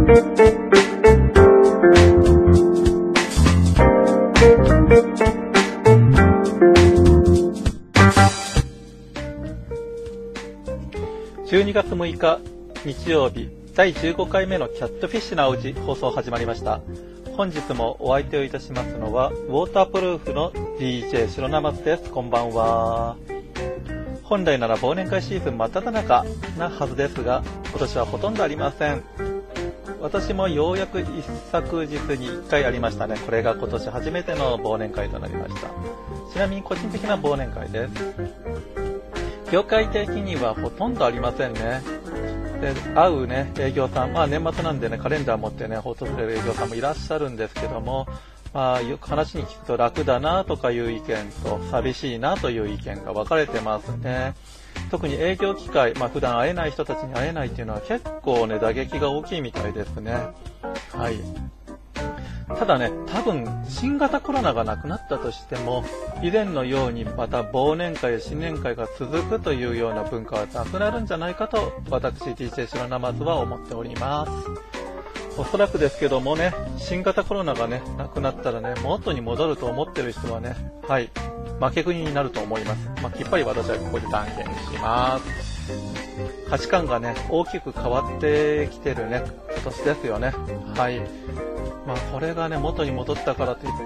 12月6日日曜日第15回目のキャットフィッシュなおうち放送始まりました。本日もお相手をいたしますのはウォータープルーフの DJ 白ナマズです。こんばんは。本来なら忘年会シーズン真っ只中なはずですが、今年はほとんどありません。私もようやく一昨日に1回ありましたね。これが今年初めての忘年会となりました。ちなみに個人的な忘年会です。業界的にはほとんどありませんね。で、会うね、営業さん、年末なんでね、カレンダー持ってね、訪れる営業さんもいらっしゃるんですけども、よく話に聞くと楽だなとかいう意見と寂しいなという意見が分かれてますね。特に営業機会、普段会えない人たちに会えないっていうのは結構ね、打撃が大きいみたいですね。はい。ただね、多分新型コロナがなくなったとしても、以前のようにまた忘年会、新年会が続くというような文化はなくなるんじゃないかと、私 DJ 白ナマズは思っております。おそらくですけどもね、新型コロナがね、なくなったらね、元に戻ると思ってる人はね、はい、負け組になると思います。きっぱり私はここで断言します。価値観がね、大きく変わってきてるね、今年ですよね。はい。これがね、元に戻ったからといって、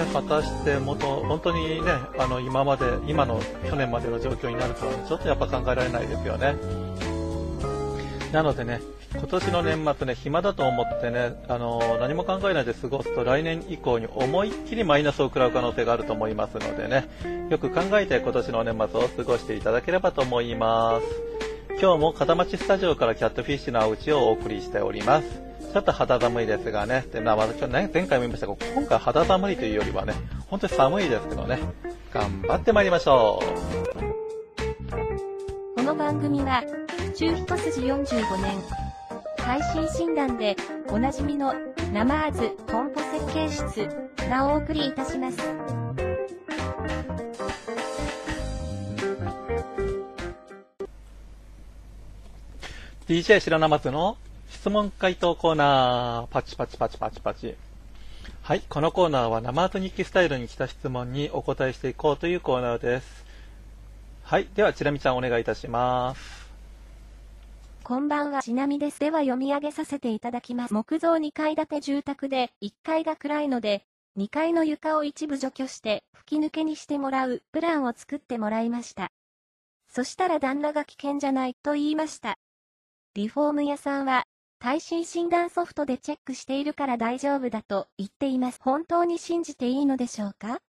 果たして本当にね、今の去年までの状況になるとはね、ちょっとやっぱ考えられないですよね。なのでね、今年の年末ね、暇だと思ってね、何も考えないで過ごすと来年以降に思いっきりマイナスを食らう可能性があると思いますのでね、よく考えて今年の年末を過ごしていただければと思います。今日も片町スタジオからキャットフィッシュなおうちをお送りしております。ちょっと肌寒いですがね、今日ね、前回も言いましたが、今回肌寒いというよりはね、本当に寒いですけどね、頑張ってまいりましょう。この番組は、中一筋45年、耐震診断でおなじみのナマーズコンポ設計室がお送りいたします。 DJ 白ナマズの質問回答コーナー、パチパチパチパチパチ。はい、このコーナーはナマーズ日記スタイルに来た質問にお答えしていこうというコーナーです。はい、ではちなみちゃんお願いいたします。 こんばんは、ちなみです。では読み上げさせていただきます。木造2階建て住宅で1階が暗いので、2階の床を一部除去して吹き抜けにしてもらうプランを作ってもらいました。そしたら旦那が危険じゃないと言いました。リフォーム屋さんは耐震診断ソフトでチェックしているから大丈夫だと言っています。本当に信じていいのでしょうか？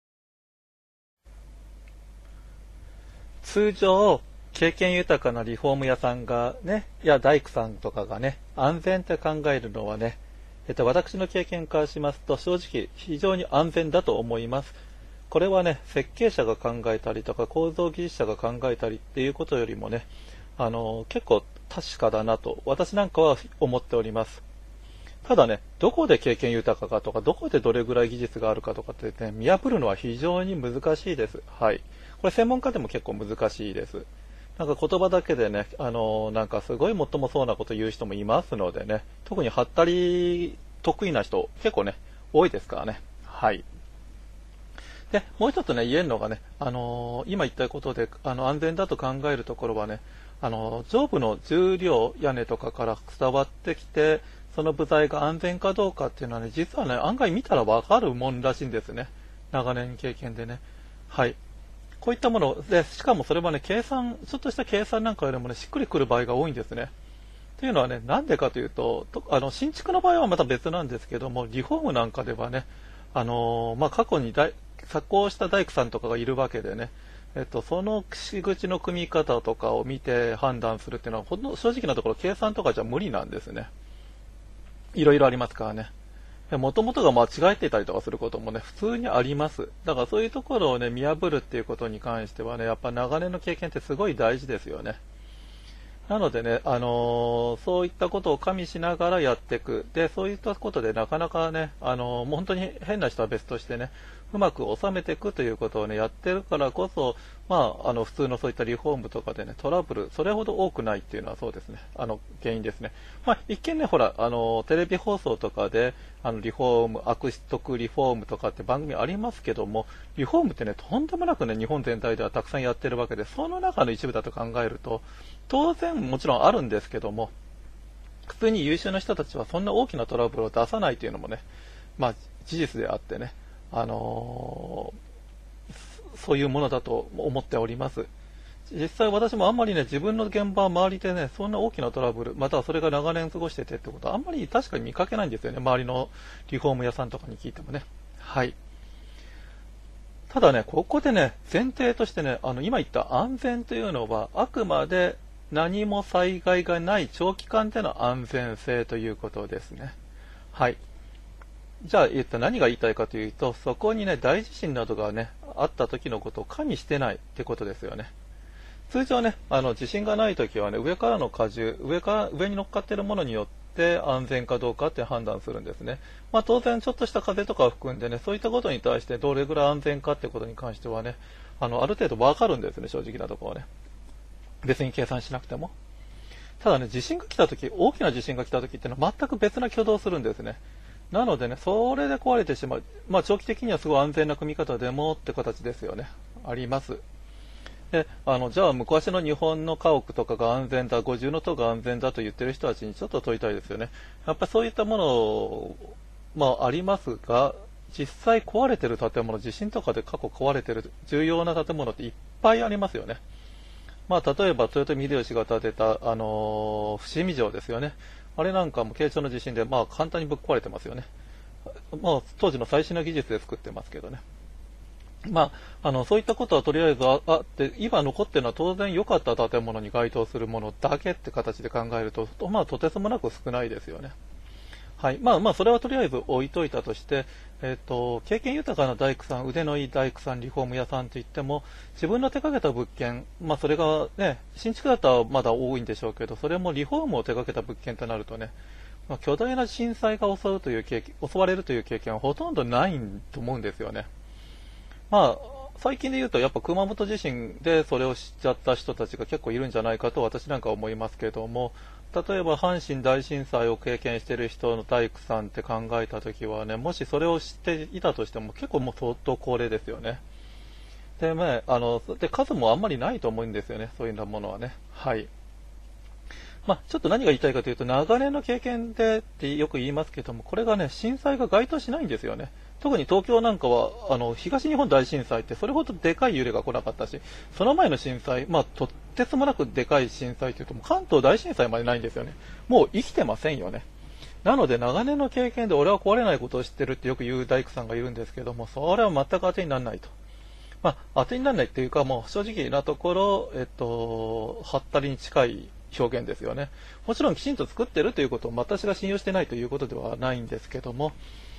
通常、経験豊かなリフォーム屋さんがね、大工さんとかがね、安全って考えるのはね、私の経験からしますと正直非常に安全だと思います。これはね、設計者が考えたりとか構造技術者が考えたりっていうことよりもね、結構確かだなと私なんかは思っております。ただね、どこで経験豊かかとか、どこでどれぐらい技術があるかとかってね、見破るのは非常に難しいです。はい。これ専門家でも結構難しいです。なんか言葉だけでね、なんかすごいもっともそうなこと言う人もいますのでね、特にハったり得意な人結構ね、多いですからね。はい。で、もう一つね、言えるのがね、今言ったことで、安全だと考えるところはね、上部の重量、屋根とかから伝わってきて、その部材が安全かどうかっていうのはね、実はね、案外見たらわかるもんらしいんですね。長年経験でね。はい。こういったもので、しかもそれはね、ちょっとした計算なんかよりもね、しっくりくる場合が多いんですね。というのはね、なんでかというと、新築の場合はまた別なんですけども、リフォームなんかではね、過去に施工した大工さんとかがいるわけでね、その口の組み方とかを見て判断するっていうのは、正直なところ計算とかじゃ無理なんですね。いろいろありますからね。もともとが間違えていたりとかすることもね、普通にあります。だからそういうところをね、見破るっていうことに関してはね、やっぱ長年の経験ってすごい大事ですよね。なのでね、そういったことを加味しながらやっていく。で、そういったことでなかなかね、もう本当に変な人は別としてね、 うまく収めていくということをね、やってるからこそ、普通のそういったリフォームとかでね、トラブル、それほど多くないっていうのはそうですね、原因ですね。一見ね、ほら、テレビ放送とかで、リフォーム、アクストクリフォームとかって番組ありますけども、リフォームってね、とんでもなくね、日本全体ではたくさんやってるわけで、その中の一部だと考えると、当然もちろんあるんですけども、普通に優秀な人たちはそんな大きなトラブルを出さないというのもね、事実であってね、そういうものだと思っております。実際私もあんまりね、自分の現場周りでね、そんな大きなトラブル、またはそれが長年過ごしててってことはあんまり確かに見かけないんですよね。周りのリフォーム屋さんとかに聞いてもね。はい。ただね、ここでね、前提としてね、今言った安全というのは、あくまで何も災害がない長期間での安全性ということですね。はい。じゃあ、何が言いたいかというと、そこにね、大地震などがね、あった時のことを加味してないってことですよね。通常ね、地震がない時はね、上からの荷重、上に乗っかっているものによって安全かどうかって判断するんですね。当然ちょっとした風とかを含んでね、そういったことに対してどれぐらい安全かってことに関してはね、ある程度わかるんですね、正直なところはね。別に計算しなくても。ただね、地震が来た時、大きな地震が来た時ってのは全く別な挙動をするんですね。なのでね、それで壊れてしまう。長期的にはすごい安全な組み方でもって形ですよね。あります。で、じゃあ昔の日本の家屋とかが安全だ、五重塔が安全だと言ってる人たちにちょっと問いたいですよね。やっぱりそういったもの、ありますが、実際壊れてる建物、地震とかで過去壊れてる重要な建物っていっぱいありますよね。例えば豊臣秀吉が建てた、伏見城ですよね。あれなんかも慶長の地震で、簡単にぶっ壊れてますよね。当時の最新の技術で作ってますけどね。そういったことはとりあえずあって、今残っているのは当然良かった建物に該当するものだけって形で考えると、とてつもなく少ないですよね。はい。それはとりあえず置いといたとして、経験豊かな大工さん、腕のいい大工さん、リフォーム屋さんといっても、自分の手掛けた物件、それがね、新築だったらまだ多いんでしょうけど、それもリフォームを手掛けた物件となるとね、巨大な震災が襲われるという経験はほとんどないと思うんですよね。最近で言うと、やっぱ熊本地震でそれを知っちゃった人たちが結構いるんじゃないかと私なんか思いますけども、例えば阪神大震災を経験している人の大工さんって考えたときはね、もしそれを知っていたとしても結構もう相当高齢ですよね。で、数もあんまりないと思うんですよね、そういうようなものはね。はい。ちょっと何が言いたいかというと、長年の経験でってよく言いますけども、これがね、震災が該当しないんですよね。特に東京なんかは、東日本大震災ってそれほどでかい揺れが来なかったし、その前の震災、とってつもなくでかい震災というと、関東大震災までないんですよね。もう生きてませんよね。なので、長年の経験で俺は壊れないことを知ってるってよく言う大工さんがいるんですけども、それは全く当てにならないと。当てにならないっていうか、もう正直なところ、はったりに近い表現ですよね。もちろんきちんと作ってるということを私が信用してないということではないんですけども、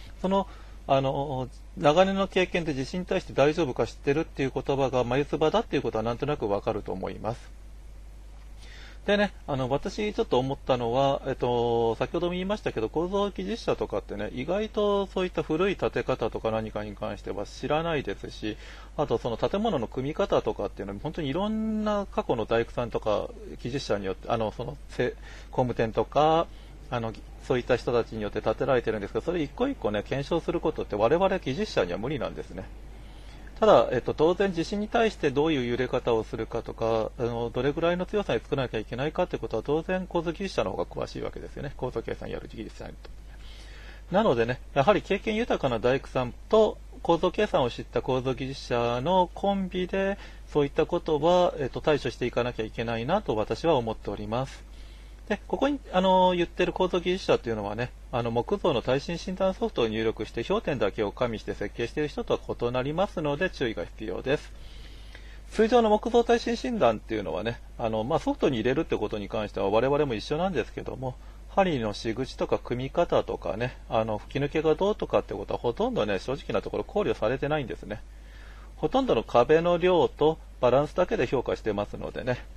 長年の経験で地震に対して大丈夫か知ってるっていう言葉が眉唾だっていうことはなんとなくわかると思います。でね、私ちょっと思ったのは、先ほども言いましたけど、構造技術者とかってね、意外とそういった古い建て方とか何かに関しては知らないですし、あとその建物の組み方とかっていうのは本当にいろんな過去の大工さんとか技術者によって、工務店とか、そういった人たちによって建てられてるんですが、それ一個一個ね、検証することって我々技術者には無理なんですね。ただ、当然地震に対してどういう揺れ方をするかとか、どれぐらいの強さに作らなきゃいけないかということは当然構造技術者の方が詳しいわけですよね。構造計算やる技術者にと。なのでね、やはり経験豊かな大工さんと構造計算を知った構造技術者のコンビで、そういったことは、対処していかなきゃいけないなと私は思っております。で、ここに言ってる構造技術者というのはね、木造の耐震診断ソフトを入力して氷点だけを加味して設計している人とは異なりますので注意が必要です。通常の木造耐震診断っていうのはね、ソフトに入れるってことに関しては我々も一緒なんですけども、針の仕口とか組み方とかね、吹き抜けがどうとかってことはほとんどね、正直なところ考慮されてないんですね。ほとんどの壁の量とバランスだけで評価してますのでね、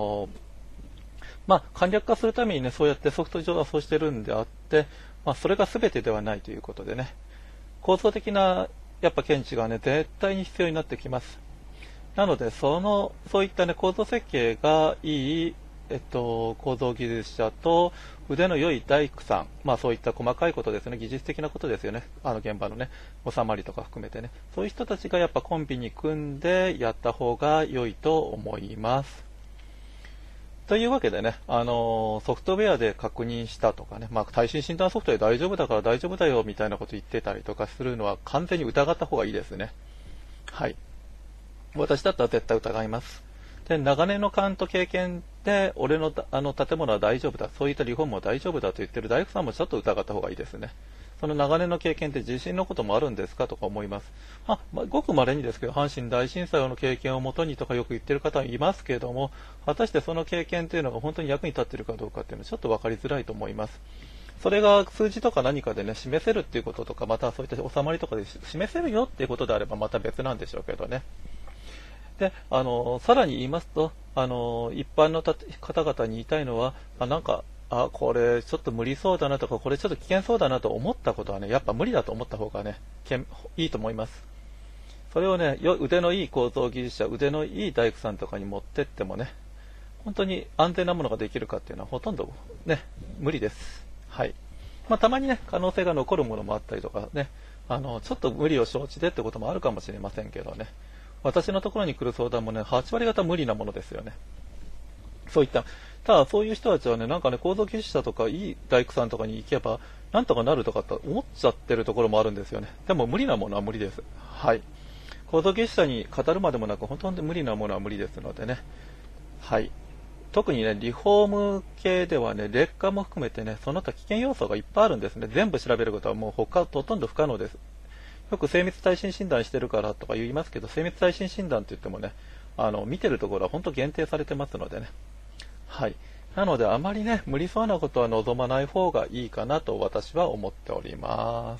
簡略化するためにね、そうやってソフト上はそうしてるんであって、それが全てではないということでね、構造的なやっぱ検知がね、絶対に必要になってきます。なので、そういったね、構造設計がいい、構造技術者と腕の良い大工さん、そういった細かいことですね、技術的なことですよね、現場のね、収まりとか含めてね、そういう人たちがやっぱコンビに組んでやった方が良いと思います。というわけでね、ソフトウェアで確認したとかね、耐震診断ソフトで大丈夫だから大丈夫だよみたいなこと言ってたりとかするのは完全に疑った方がいいですね。はい。私だったら絶対疑います。で、長年の勘と経験で、俺の建物は大丈夫だ、そういったリフォームは大丈夫だと言ってる大工さんもちょっと疑った方がいいですね。その長年の経験って地震のこともあるんですかとか思います。ごく稀にですけど、阪神大震災の経験をもとにとかよく言ってる方はいますけれども、果たしてその経験というのが本当に役に立っているかどうかっていうのはちょっと分かりづらいと思います。それが数字とか何かでね、示せるっていうこととか、またそういった収まりとかで示せるよっていうことであればまた別なんでしょうけどね。で、さらに言いますと、一般の方々に言いたいのは、これちょっと無理そうだなとか、これちょっと危険そうだなと思ったことはね、やっぱ無理だと思った方がね、いいと思います。それをね、腕のいい構造技術者、腕のいい大工さんとかに持ってってもね、本当に安全なものができるかっていうのはほとんどね、無理です。はい。たまにね、可能性が残るものもあったりとかね、ちょっと無理を承知でってこともあるかもしれませんけどね。私のところに来る相談もね、8割方無理なものですよね。そういった、ただそういう人たちはね、構造技術者とかいい大工さんとかに行けば、なんとかなるとかって思っちゃってるところもあるんですよね。でも無理なものは無理です。はい。構造技術者に語るまでもなく、本当に無理なものは無理ですのでね。はい。特にね、リフォーム系ではね、劣化も含めてね、その他危険要素がいっぱいあるんですね。全部調べることはもうほとんど不可能です。よく精密耐震診断してるからとか言いますけど、精密耐震診断って言ってもね、見てるところは本当限定されてますのでね。はい。なのであまりね、無理そうなことは望まない方がいいかなと私は思っております。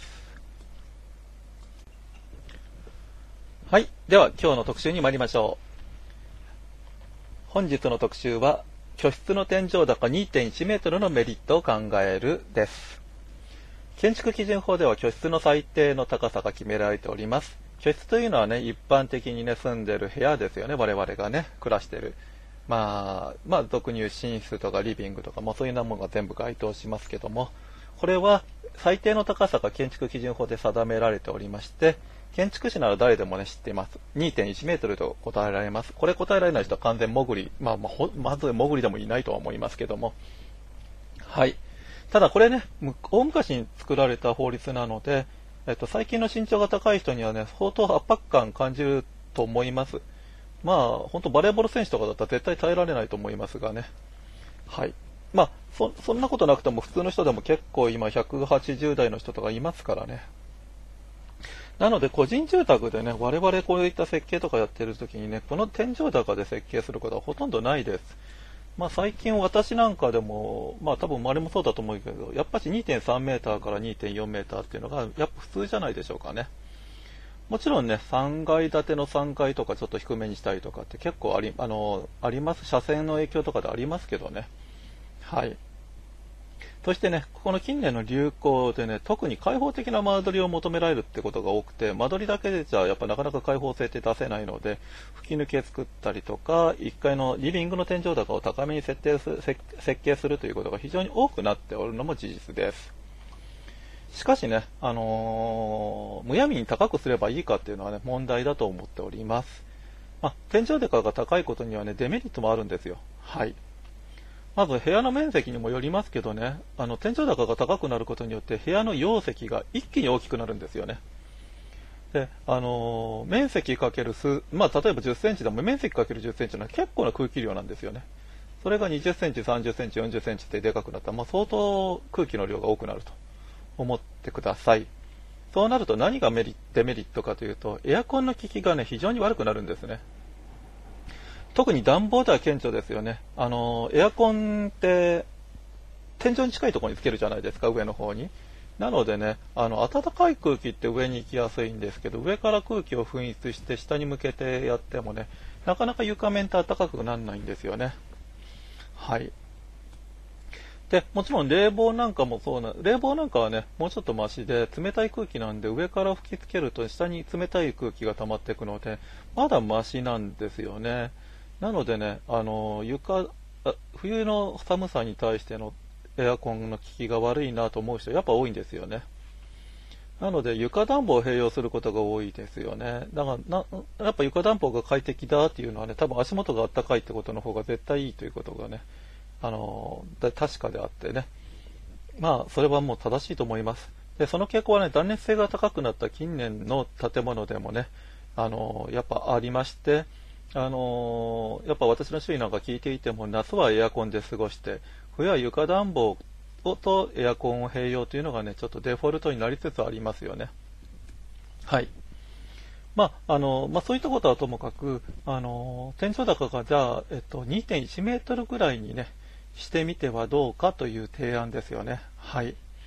はい。では今日の特集に参りましょう。本日の特集は、居室の天井高 2.1 メートルのメリットを考えるです。建築基準法では居室の最低の高さが決められております。居室というのはね、一般的にね、住んでる部屋ですよね。我々がね、暮らしてる。俗に言う寝室とかリビングとか、そういうようなものが全部該当しますけども、これは最低の高さが建築基準法で定められておりまして、建築士なら誰でもね、知っています。2.1 メートルと答えられます。これ答えられない人は完全潜り。まず潜りでもいないとは思いますけども。はい。ただこれね、大昔に作られた法律なので、最近の身長が高い人にはね、相当圧迫感感じると思います。本当バレーボール選手とかだったら絶対耐えられないと思いますがね。はい。そんなことなくても普通の人でも結構今180代の人とかいますからね。なので個人住宅でね、我々こういった設計とかやってる時にね、この天井高で設計することはほとんどないです。最近私なんかでも、多分周りもそうだと思うけど、やっぱり 2.3 メーターから 2.4 メーターっていうのが、やっぱ普通じゃないでしょうかね。もちろんね、3階建ての3階とかちょっと低めにしたりとかって結構あります。車線の影響とかでありますけどね。はい。そしてね、この近年の流行でね、特に開放的な間取りを求められるってことが多くて、間取りだけでじゃやっぱなかなか開放性って出せないので、吹き抜け作ったりとか、1階のリビングの天井高を高めに設計するということが非常に多くなっておるのも事実です。しかしね、むやみに高くすればいいかっていうのはね、問題だと思っております。天井高が高いことにはね、デメリットもあるんですよ。はい。まず部屋の面積にもよりますけどね、天井高が高くなることによって部屋の容積が一気に大きくなるんですよね。で、面積かける例えば10センチでも面積かける10センチは結構な空気量なんですよね。それが20センチ、30センチ、40センチってでかくなったら、相当空気の量が多くなると思ってください。そうなると何がデメリットかというと、エアコンの効きがね、非常に悪くなるんですね。特に暖房では顕著ですよね。エアコンって天井に近いところにつけるじゃないですか、上の方に。なのでね、暖かい空気って上に行きやすいんですけど、上から空気を噴出して下に向けてやってもね、なかなか床面って暖かくならないんですよね。はい。 で、もちろん冷房なんかも冷房なんかはね、もうちょっとマシで、冷たい空気なんで、上から吹きつけると下に冷たい空気が溜まっていくので、まだマシなんですよね。なのでね、冬の寒さに対してのエアコンの効きが悪いなと思う人、やっぱ多いんですよね。なので、床暖房を併用することが多いですよね。だからやっぱ床暖房が快適だっていうのはね、多分足元が暖かいってことの方が絶対いいということがね、確かであってね。まあ、それはもう正しいと思います。で、その傾向はね、断熱性が高くなった近年の建物でもね、やっぱありまして、やっぱ私の周囲なんか聞いていても、夏はエアコンで過ごして、冬は床暖房とエアコンを併用というのがね、ちょっとデフォルトになりつつありますよね。はい。そういったことはともかく、天井高がじゃあ、2.1 メートルぐらいにね、してみてはどうかという提案ですよね。はい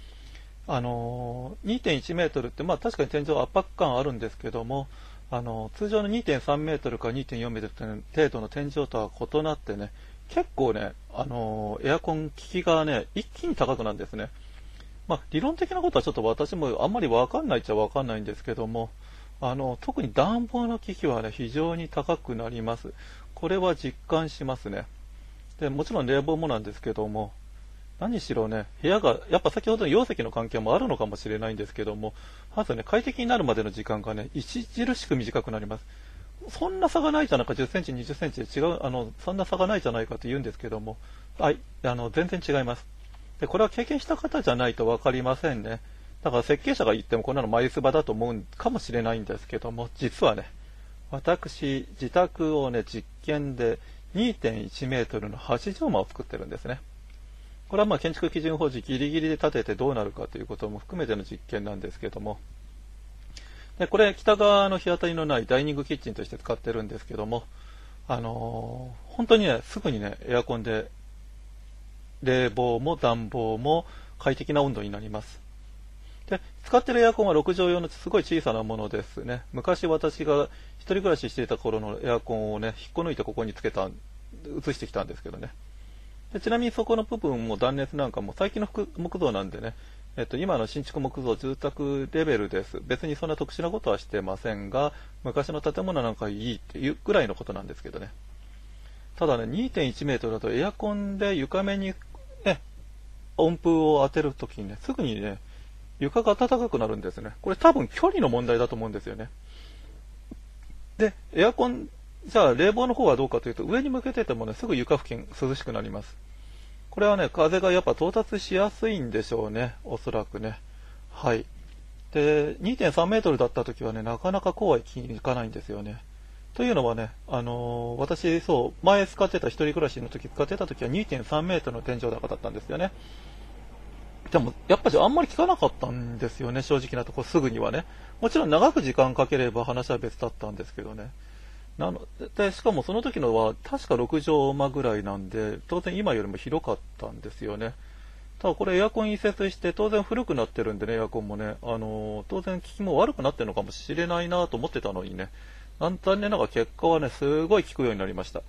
。2.1 メートルって、確かに天井圧迫感あるんですけども、通常の 2.3 メートルか 2.4 メートル程度の天井とは異なってね、結構ね、エアコン効きがね、一気に高くなるんですね。理論的なことはちょっと私もあんまりわかんないっちゃわかんないんですけども、特に暖房の機器はね、非常に高くなります。これは実感しますね。で、もちろん冷房もなんですけども、何しろね、部屋が、やっぱ先ほどの容積の関係もあるのかもしれないんですけども、まずね、快適になるまでの時間がね、著しく短くなります。そんな差がないじゃないか、10センチ、20センチで違う、そんな差がないじゃないかと言うんですけども、はい、全然違います。で、これは経験した方じゃないとわかりませんね。だから設計者が言ってもこんなのマイスバだと思うかもしれないんですけども、実はね、私、自宅をね、実験で 2.1 メートルの8畳間を作ってるんですね。これは建築基準法時ギリギリで建ててどうなるかということも含めての実験なんですけども、でこれ北側の日当たりのないダイニングキッチンとして使ってるんですけども、本当にね、すぐにね、エアコンで冷房も暖房も快適な温度になります。で、使ってるエアコンは6畳用のすごい小さなものですね。昔私が一人暮らししていた頃のエアコンをね、引っこ抜いてここに移してきたんですけどね。でちなみにそこの部分も断熱なんかも最近の木造なんでね、今の新築木造住宅レベルです。別にそんな特殊なことはしてませんが、昔の建物なんかいいっていうぐらいのことなんですけどね。ただね、2.1 メートルだとエアコンで床面にね、温風を当てるときにね、すぐにね、床が暖かくなるんですね。これ多分距離の問題だと思うんですよね。で、エアコン、じゃあ冷房の方はどうかというと、上に向けててもね、すぐ床付近涼しくなります。これはね、風がやっぱ到達しやすいんでしょうね。おそらくね。はい。で、2.3 メートルだった時はね、なかなかこうはいかないんですよね。というのはね、私、前使ってた一人暮らしの時使ってた時は 2.3 メートルの天井高だったんですよね。でも、やっぱりあんまり効かなかったんですよね、正直なところ、すぐにはね。もちろん長く時間かければ話は別だったんですけどね。で、しかもその時のは確か6畳間ぐらいなんで、当然今よりも広かったんですよね。ただこれエアコン移設して当然古くなってるんでね、エアコンもね、当然効きも悪くなってるのかもしれないなと思ってたのにね、残念ながら結果はね、すごい効くようになりました。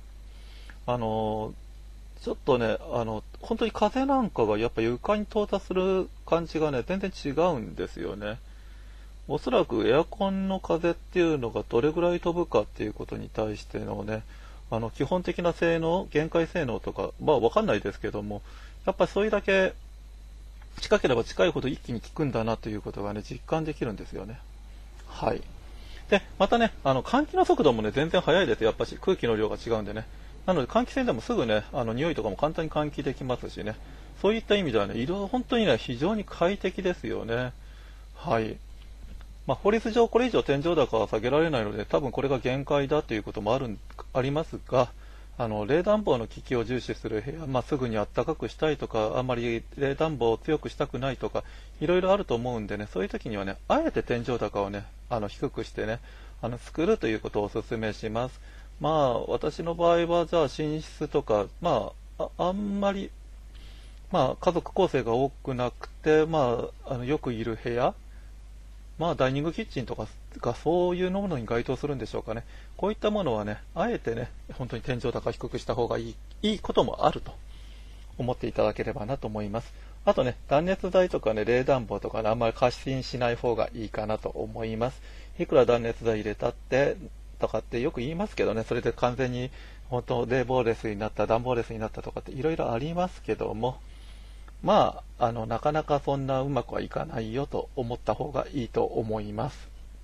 ちょっとね、本当に風なんかがやっぱ床に到達する感じがね、全然違うんですよね。おそらくエアコンの風っていうのがどれぐらい飛ぶかっていうことに対してのね、基本的な性能、限界性能とか、わかんないですけども、やっぱりそれだけ近ければ近いほど一気に効くんだなということがね、実感できるんですよね。はい。で、またね、換気の速度もね、全然速いです。やっぱし空気の量が違うんでね。なので換気扇でもすぐね、匂いとかも簡単に換気できますしね。そういった意味ではね、本当にね、非常に快適ですよね。はい。法律上これ以上天井高は下げられないので、多分これが限界だということもありますが、冷暖房の機器を重視する部屋、すぐに暖かくしたいとか、あんまり冷暖房を強くしたくないとか、いろいろあると思うんでね、そういう時にはね、あえて天井高をね、低くしてね、作るということをお勧めします。私の場合は、じゃあ寝室とか、あんまり、家族構成が多くなくて、よくいる部屋、ダイニングキッチンとかがそういうものに該当するんでしょうかね。こういったものはね、あえてね、本当に天井高低くした方がいいこともあると。 思っていただければなと思います。あとね、断熱材とかね、冷暖房とかね、あんまり過信しない方がいいかなと思います。いくら断熱材入れたってとかってよく言いますけどね、それで完全に本当冷房レスになった、暖房レスになったとかっていろいろありますけども、なかなかそんなうまくはいかないよと思った方がいいと思います。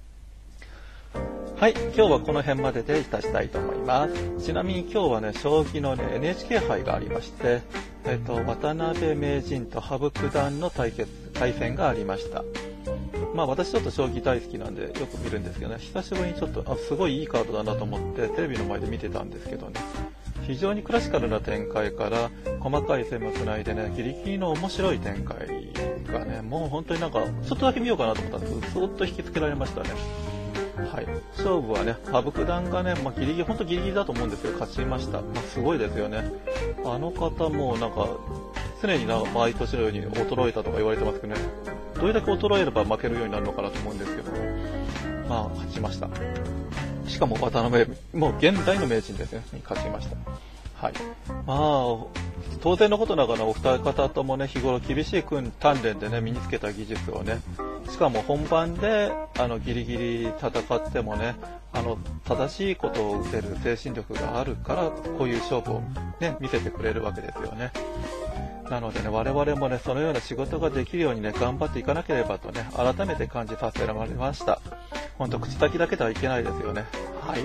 はい、今日はこの辺まででいたしたいと思います。ちなみに今日はね、将棋のね、NHK 杯がありまして、渡辺名人と羽生九段の対戦がありました。私ちょっと将棋大好きなんでよく見るんですけどね、久しぶりにちょっと、すごいいいカードだなと思ってテレビの前で見てたんですけどね、非常にクラシカルな展開から細かい攻めをつないでね、ギリギリの面白い展開がね、もう本当にちょっとだけ見ようかなと思ったんですけど、そーっと引きつけられましたね。はい、勝負はね、羽生九段がね、本当ギリギリだと思うんですけど、勝ちました。すごいですよね。あの方も常に毎年のように衰えたとか言われてますけどね、どれだけ衰えれば負けるようになるのかなと思うんですけど、勝ちました。しかも渡辺、もう現代の名人ですね、に勝ちました。はい。当然のことながらお二方ともね、日頃厳しい鍛錬でね、身につけた技術をね、しかも本番でギリギリ戦ってもね、正しいことを打てる精神力があるから、こういう勝負をね、見せてくれるわけですよね。なのでね、我々もね、そのような仕事ができるようにね、頑張っていかなければとね、改めて感じさせられました。ほんと、口先だけではいけないですよね。はい。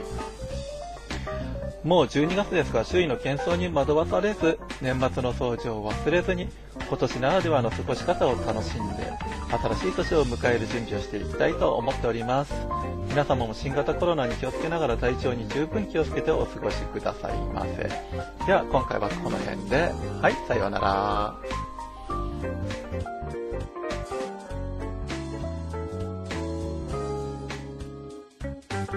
もう12月ですが、周囲の喧騒に惑わされず、年末の掃除を忘れずに、今年ならではの過ごし方を楽しんで、新しい年を迎える準備をしていきたいと思っております。皆様も新型コロナに気をつけながら体調に十分気をつけてお過ごしくださいませ。では、今回はこの辺で、はい、さようなら。